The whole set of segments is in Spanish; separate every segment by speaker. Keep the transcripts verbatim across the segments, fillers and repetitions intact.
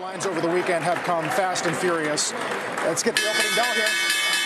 Speaker 1: Headlines over the weekend have come fast and furious. Let's get the opening bell here.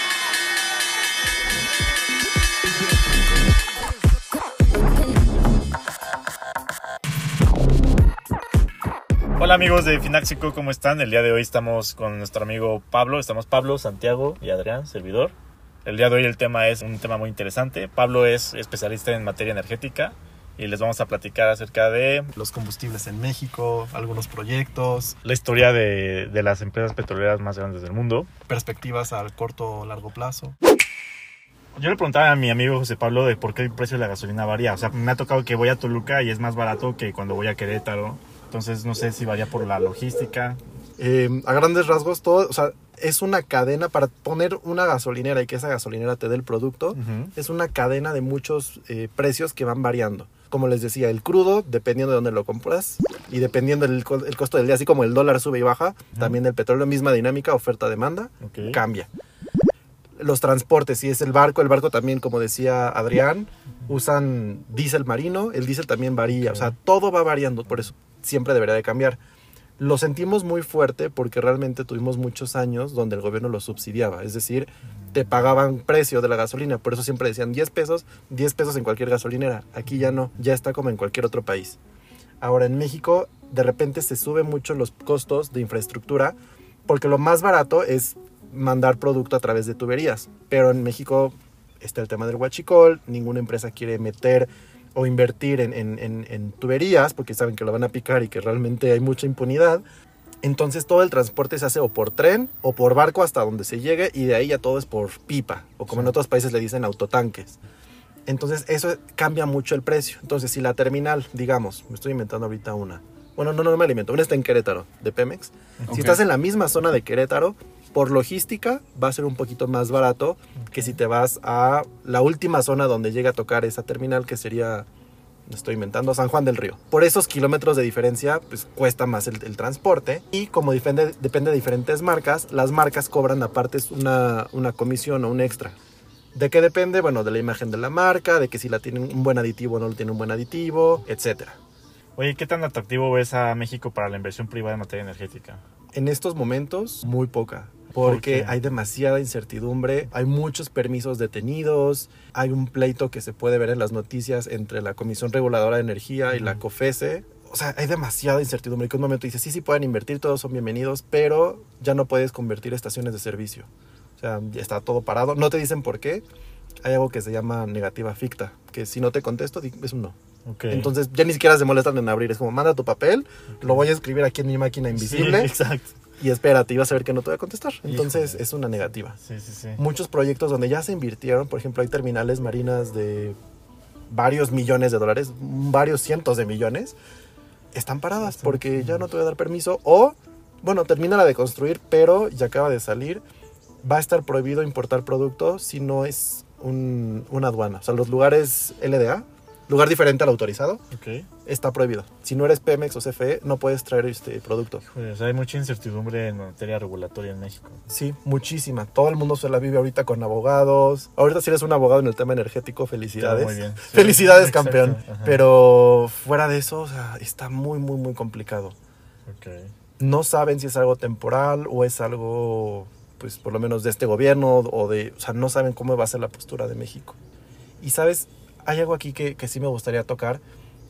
Speaker 2: Hola amigos de Fináxico, ¿cómo están? El día de hoy estamos con nuestro amigo Pablo. Estamos Pablo, Santiago y Adrián, servidor. El día de hoy el tema es un tema muy interesante. Pablo es especialista en materia energética y les vamos a platicar acerca de
Speaker 3: los combustibles en México, algunos proyectos,
Speaker 2: la historia de, de las empresas petroleras más grandes del mundo,
Speaker 3: perspectivas al corto o largo plazo.
Speaker 2: Yo le preguntaba a mi amigo José Pablo de por qué el precio de la gasolina varía. O sea, me ha tocado que voy a Toluca y es más barato que cuando voy a Querétaro. Entonces no sé si varía por la logística.
Speaker 3: Eh, a grandes rasgos, todo, o sea, es una cadena para poner una gasolinera y que esa gasolinera te dé el producto. Uh-huh. Es una cadena de muchos eh, precios que van variando. Como les decía, el crudo, dependiendo de dónde lo compras y dependiendo del el costo del día, así como el dólar sube y baja, uh-huh. También el petróleo, misma dinámica, oferta-demanda, okay. Cambia. Los transportes, si es el barco, el barco también, como decía Adrián, usan diésel marino, el diésel también varía, okay. O sea, todo va variando, por eso siempre debería de cambiar. Lo sentimos muy fuerte porque realmente tuvimos muchos años donde el gobierno lo subsidiaba, es decir, te pagaban precio de la gasolina, por eso siempre decían diez pesos, diez pesos en cualquier gasolinera. Aquí ya no, ya está como en cualquier otro país. Ahora en México de repente se suben mucho los costos de infraestructura porque lo más barato es mandar producto a través de tuberías, pero en México está el tema del huachicol, ninguna empresa quiere meter o invertir en, en, en, en tuberías porque saben que lo van a picar y que realmente hay mucha impunidad. Entonces todo el transporte se hace o por tren o por barco hasta donde se llegue y de ahí ya todo es por pipa o como sí. En otros países le dicen autotanques. Entonces eso cambia mucho el precio. Entonces si la terminal, digamos, me estoy inventando ahorita una, bueno no, no me alimento, una está en Querétaro de Pemex, okay. Si estás en la misma zona de Querétaro, por logística va a ser un poquito más barato okay. Que si te vas a la última zona donde llega a tocar esa terminal, que sería, me estoy inventando, San Juan del Río. Por esos kilómetros de diferencia, pues cuesta más el, el transporte. Y como depende, depende de diferentes marcas, las marcas cobran aparte una, una comisión o un extra. ¿De qué depende? Bueno, de la imagen de la marca, de que si la tienen un buen aditivo o no lo tiene un buen aditivo, etcétera.
Speaker 2: Oye, ¿qué tan atractivo ves a México para la inversión privada en materia energética?
Speaker 3: En estos momentos, muy poca. Porque
Speaker 2: ¿Por
Speaker 3: hay demasiada incertidumbre, hay muchos permisos detenidos, hay un pleito que se puede ver en las noticias entre la Comisión Reguladora de Energía y uh-huh. La COFESE. O sea, hay demasiada incertidumbre y que un momento dices, sí, sí pueden invertir, todos son bienvenidos, pero ya no puedes convertir estaciones de servicio. O sea, ya está todo parado, no te dicen por qué. Hay algo que se llama negativa ficta, que si no te contesto, es un no. Okay. Entonces ya ni siquiera se molestan en abrir, es como, manda tu papel, okay. Lo voy a escribir aquí en mi máquina invisible.
Speaker 2: Sí, exacto.
Speaker 3: Y espérate, y vas a ver que no te voy a contestar. Entonces Híjole. Es una negativa.
Speaker 2: Sí, sí, sí.
Speaker 3: Muchos proyectos donde ya se invirtieron, por ejemplo, hay terminales marinas de varios millones de dólares, varios cientos de millones, están paradas porque ya no te voy a dar permiso. O, bueno, termina la de construir, pero ya acaba de salir, va a estar prohibido importar productos si no es un, una aduana. O sea, los lugares L D A, lugar diferente al autorizado,
Speaker 2: okay.
Speaker 3: Está prohibido. Si no eres Pemex o C F E, no puedes traer este producto.
Speaker 2: Joder, o sea, hay mucha incertidumbre en materia regulatoria en México.
Speaker 3: Sí, muchísima. Todo el mundo se la vive ahorita con abogados. Ahorita si eres un abogado en el tema energético, felicidades.
Speaker 2: Muy bien. Sí,
Speaker 3: felicidades, campeón. Pero fuera de eso, o sea, está muy, muy, muy complicado.
Speaker 2: Okay.
Speaker 3: No saben si es algo temporal o es algo, pues, por lo menos de este gobierno o de... O sea, no saben cómo va a ser la postura de México. Y, ¿sabes? Hay algo aquí que, que sí me gustaría tocar,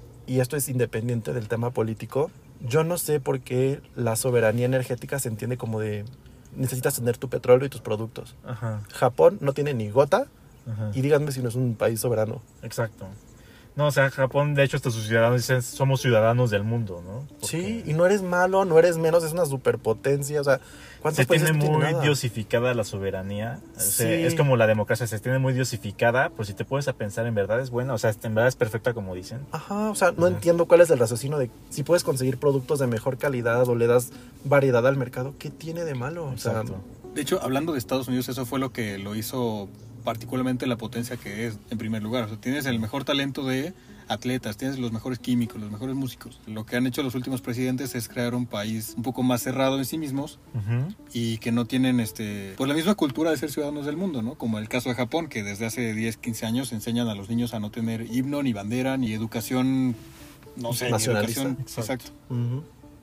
Speaker 3: y esto es independiente del tema político. Yo no sé por qué la soberanía energética se entiende como de necesitas tener tu petróleo y tus productos.
Speaker 2: Ajá.
Speaker 3: Japón no tiene ni gota,
Speaker 2: Ajá.
Speaker 3: Y díganme si no es un país soberano.
Speaker 2: Exacto. No, o sea, Japón, de hecho, hasta sus ciudadanos dicen, somos ciudadanos del mundo, ¿no? Porque
Speaker 3: sí, y no eres malo, no eres menos, es una superpotencia, o sea, ¿cuántos
Speaker 2: se
Speaker 3: países
Speaker 2: tiene
Speaker 3: no
Speaker 2: muy
Speaker 3: tienen nada?
Speaker 2: diosificada la soberanía. O sea,
Speaker 3: Sí.
Speaker 2: es como la democracia, se tiene muy diosificada, pero si te pones a pensar, en verdad es buena, o sea, en verdad es perfecta como dicen.
Speaker 3: Ajá, o sea, no
Speaker 2: Ajá.
Speaker 3: entiendo cuál es el raciocinio de si puedes conseguir productos de mejor calidad o le das variedad al mercado, ¿qué tiene de malo? O sea,
Speaker 2: Exacto.
Speaker 4: De hecho, hablando de Estados Unidos, eso fue lo que lo hizo particularmente la potencia que es, en primer lugar. O sea, tienes el mejor talento de atletas, tienes los mejores químicos, los mejores músicos. Lo que han hecho los últimos presidentes es crear un país un poco más cerrado en sí mismos uh-huh. y que no tienen este pues la misma cultura de ser ciudadanos del mundo, ¿no? Como el caso de Japón, que desde hace diez, quince años enseñan a los niños a no tener himno, ni bandera, ni educación, no sé, ni educación.
Speaker 3: Exacto.
Speaker 4: Exacto.
Speaker 3: Uh-huh.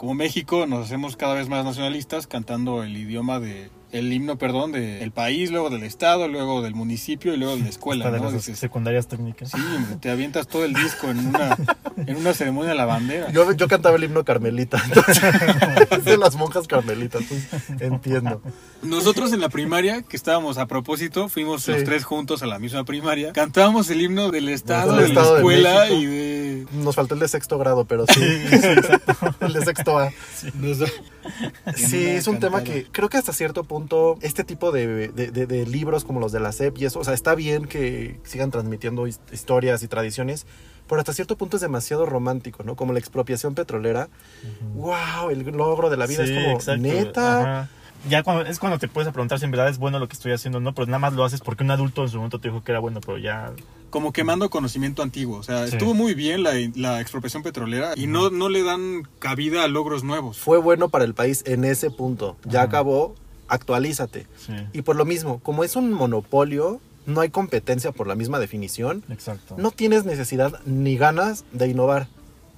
Speaker 4: como México nos hacemos cada vez más nacionalistas cantando el idioma de el himno, perdón, del país, luego del estado, luego del municipio y luego de la escuela,
Speaker 2: Hasta
Speaker 4: ¿no?
Speaker 2: de las
Speaker 4: Dices,
Speaker 2: secundarias técnicas.
Speaker 4: sí, hombre, te avientas todo el disco en una en una ceremonia de la bandera.
Speaker 3: Yo, yo cantaba el himno carmelita, entonces, es de las monjas carmelitas, pues, entiendo.
Speaker 4: Nosotros en la primaria, que estábamos a propósito, fuimos
Speaker 3: Sí.
Speaker 4: los tres juntos a la misma primaria, cantábamos el himno del estado,
Speaker 3: Del
Speaker 4: de
Speaker 3: Estado
Speaker 4: la
Speaker 3: de
Speaker 4: escuela
Speaker 3: México.
Speaker 4: y de...
Speaker 3: Nos faltó el de sexto grado, pero sí, el de sexto A.
Speaker 4: Nos-
Speaker 3: Sí, es un tema que creo que hasta cierto punto este tipo de, de, de- de libros como los de la S E P y eso, o sea, está bien que sigan transmitiendo his- historias y tradiciones, pero hasta cierto punto es demasiado romántico, ¿no? Como la expropiación petrolera. ¡Wow! El logro de la vida
Speaker 2: Sí,
Speaker 3: es como,
Speaker 2: exacto.
Speaker 3: neta.
Speaker 2: Ajá. Ya cuando, es cuando te puedes preguntar si en verdad es bueno lo que estoy haciendo o no, pero nada más lo haces porque un adulto en su momento te dijo que era bueno, pero ya...
Speaker 4: como quemando conocimiento antiguo. O sea,
Speaker 2: Sí.
Speaker 4: estuvo muy bien la, la expropiación petrolera y no, no le dan cabida a logros nuevos.
Speaker 3: Fue bueno para el país en ese punto. Ya
Speaker 2: Ajá.
Speaker 3: acabó, actualízate.
Speaker 2: Sí,
Speaker 3: Y por lo mismo, como es un monopolio, no hay competencia por la misma definición,
Speaker 2: exacto.
Speaker 3: no tienes necesidad ni ganas de innovar.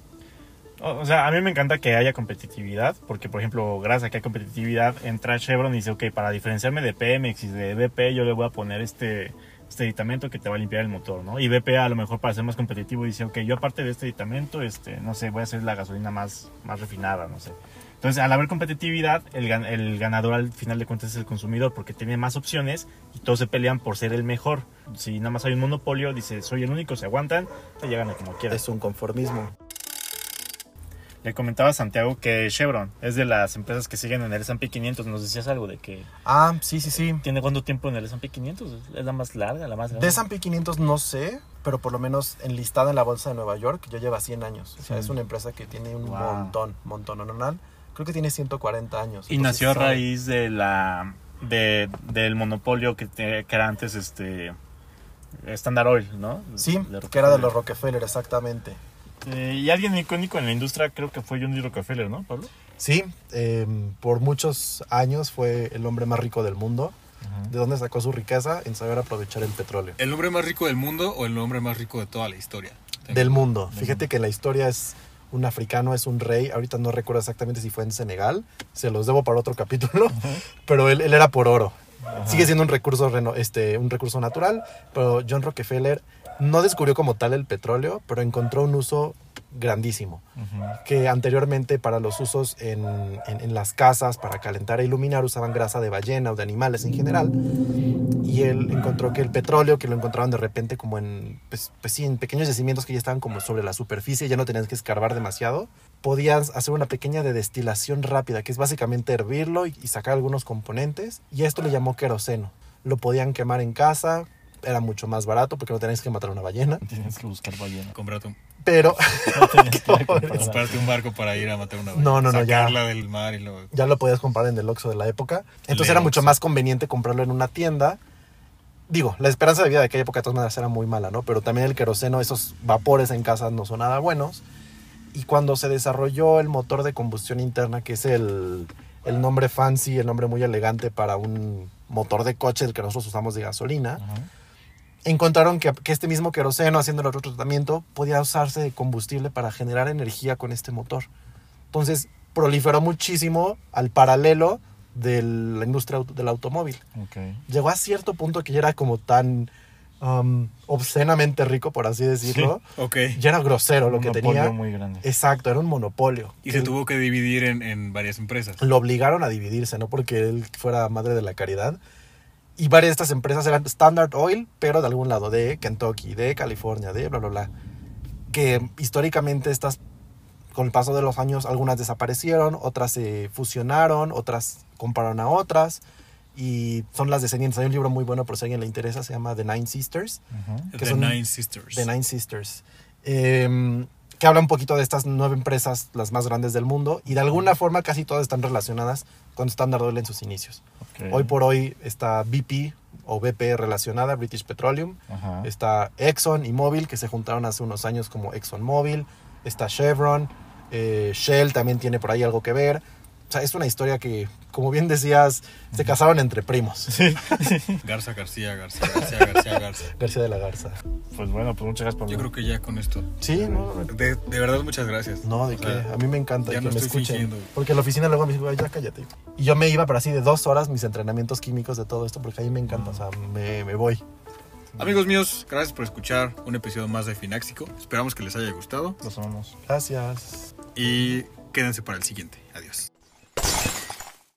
Speaker 2: O o sea, a mí me encanta que haya competitividad, porque por ejemplo, gracias a que hay competitividad, entra Chevron y dice, ok, para diferenciarme de Pemex y de B P, yo le voy a poner este, este aditamento que te va a limpiar el motor, ¿no? Y B P a lo mejor para ser más competitivo dice, ok, yo aparte de este aditamento, este, no sé, voy a hacer la gasolina más, más refinada, no sé. Entonces, al haber competitividad, el, gan- el ganador al final de cuentas es el consumidor, porque tiene más opciones y todos se pelean por ser el mejor. Si nada más hay un monopolio, dice, soy el único, se aguantan, se llegan a como quieran.
Speaker 3: Es un conformismo.
Speaker 2: Le comentaba a Santiago que Chevron es de las empresas que siguen en el S and P quinientos. Nos decías algo de que
Speaker 3: Ah, sí, sí, sí.
Speaker 2: tiene cuánto tiempo en el S and P quinientos. Es la más larga, la más grande.
Speaker 3: De S and P quinientos no sé, pero por lo menos enlistada en la bolsa de Nueva York ya lleva cien años. O sea,
Speaker 2: Sí.
Speaker 3: es una empresa que tiene un
Speaker 2: Wow.
Speaker 3: montón, montón, no, no, no. Creo que tiene ciento cuarenta años.
Speaker 2: Y
Speaker 3: Entonces,
Speaker 2: nació a
Speaker 3: sabe.
Speaker 2: raíz de la de, del monopolio que, te- que era antes este Standard Oil, ¿no?
Speaker 3: Sí,
Speaker 2: De
Speaker 3: que era de los
Speaker 2: Rockefeller.
Speaker 3: Rockefeller, exactamente.
Speaker 2: Eh, y alguien icónico en la industria creo que fue John D. Rockefeller, ¿no, Pablo?
Speaker 3: Sí, eh, por muchos años fue el hombre más rico del mundo. ¿De dónde sacó su riqueza? En saber aprovechar el petróleo.
Speaker 4: ¿El hombre más rico del mundo o el hombre más rico de toda la historia?
Speaker 3: Del mundo. Fíjate que la historia es un africano, es un rey. Ahorita no recuerdo exactamente si fue en Senegal. Se los debo para otro capítulo. Pero él, él era por oro. Sigue siendo un recurso, reno- este, un recurso natural. Pero John Rockefeller no descubrió como tal el petróleo, pero encontró un uso grandísimo. Que anteriormente para los usos en, en, en las casas, para calentar e iluminar, usaban grasa de ballena o de animales en general. Y él encontró que el petróleo, que lo encontraban de repente como en, pues, pues sí, en pequeños yacimientos que ya estaban como sobre la superficie, ya no tenías que escarbar demasiado, podías hacer una pequeña de destilación rápida, que es básicamente hervirlo y, y sacar algunos componentes. Y a esto le llamó queroseno. Lo podían quemar en casa, era mucho más barato porque no tenías que matar a una ballena.
Speaker 2: Tienes que buscar ballena.
Speaker 4: Cómprate un,
Speaker 3: Pero
Speaker 2: Tienes que comprar.
Speaker 4: comprarte un barco para ir a matar una ballena.
Speaker 3: No, no, no, ya.
Speaker 4: Sacarla del mar y luego...
Speaker 3: ya lo podías comprar en el Oxxo de la época. Entonces
Speaker 4: El
Speaker 3: era mucho
Speaker 4: Oxxo.
Speaker 3: más conveniente comprarlo en una tienda. Digo, la esperanza de vida de aquella época de todas maneras era muy mala, ¿no? Pero también el queroseno, esos vapores en casa no son nada buenos. Y cuando se desarrolló el motor de combustión interna, que es el, el nombre fancy, el nombre muy elegante para un motor de coche, el que nosotros usamos de gasolina,
Speaker 2: Ajá.
Speaker 3: encontraron que, que este mismo queroseno, haciendo el otro tratamiento, podía usarse de combustible para generar energía con este motor. Entonces proliferó muchísimo al paralelo de la industria auto- del automóvil.
Speaker 2: Okay.
Speaker 3: Llegó a cierto punto que ya era como tan um, obscenamente rico, por así decirlo.
Speaker 4: Ok.
Speaker 3: Ya era grosero lo
Speaker 2: Un
Speaker 3: que
Speaker 2: monopolio
Speaker 3: tenía.
Speaker 2: muy grande.
Speaker 3: Exacto, era un monopolio.
Speaker 4: Y
Speaker 3: Que
Speaker 4: se tuvo que dividir en, en varias empresas.
Speaker 3: Lo obligaron a dividirse, no porque él fuera madre de la caridad. Y varias de estas empresas eran Standard Oil, pero de algún lado, de Kentucky, de California, de bla, bla, bla. Que históricamente estas, con el paso de los años, algunas desaparecieron, otras se fusionaron, otras compraron a otras. Y son las descendientes. Hay un libro muy bueno, por si a alguien le interesa, se llama The Nine Sisters.
Speaker 2: Ajá.
Speaker 3: que
Speaker 4: The
Speaker 3: son-
Speaker 4: Nine Sisters.
Speaker 3: The Nine Sisters. Eh, que habla un poquito de estas nueve empresas, las más grandes del mundo. Y de alguna forma casi todas están relacionadas con Standard Oil en sus inicios.
Speaker 2: Okay.
Speaker 3: Hoy por hoy está B P o B P relacionada, British Petroleum.
Speaker 2: Ajá.
Speaker 3: Está Exxon y Mobil, que se juntaron hace unos años como ExxonMobil. Está Chevron. eh, Shell también tiene por ahí algo que ver. O sea, es una historia que, como bien decías, se casaron entre primos.
Speaker 2: Sí.
Speaker 4: Garza, García, García, García, García, Garza.
Speaker 3: García de la Garza.
Speaker 2: Pues bueno, pues muchas gracias, Pablo.
Speaker 4: Yo creo que ya con esto.
Speaker 3: Sí, no, no.
Speaker 4: De, de verdad, muchas gracias.
Speaker 3: No, de
Speaker 4: O
Speaker 3: qué.
Speaker 4: sea,
Speaker 3: A mí me encanta
Speaker 4: ya
Speaker 3: que
Speaker 4: no
Speaker 3: me
Speaker 4: estoy
Speaker 3: escuchen.
Speaker 4: fingiendo.
Speaker 3: Porque en la oficina luego me digo, "Ay, ya cállate". Y yo me iba, pero así de dos horas mis entrenamientos químicos de todo esto, porque a mí me encanta. O sea, me, me voy.
Speaker 4: Amigos míos, gracias por escuchar un episodio más de Fináxico. Esperamos que les haya gustado
Speaker 2: Los amamos.
Speaker 3: Gracias.
Speaker 4: y quédense para el siguiente. Adiós.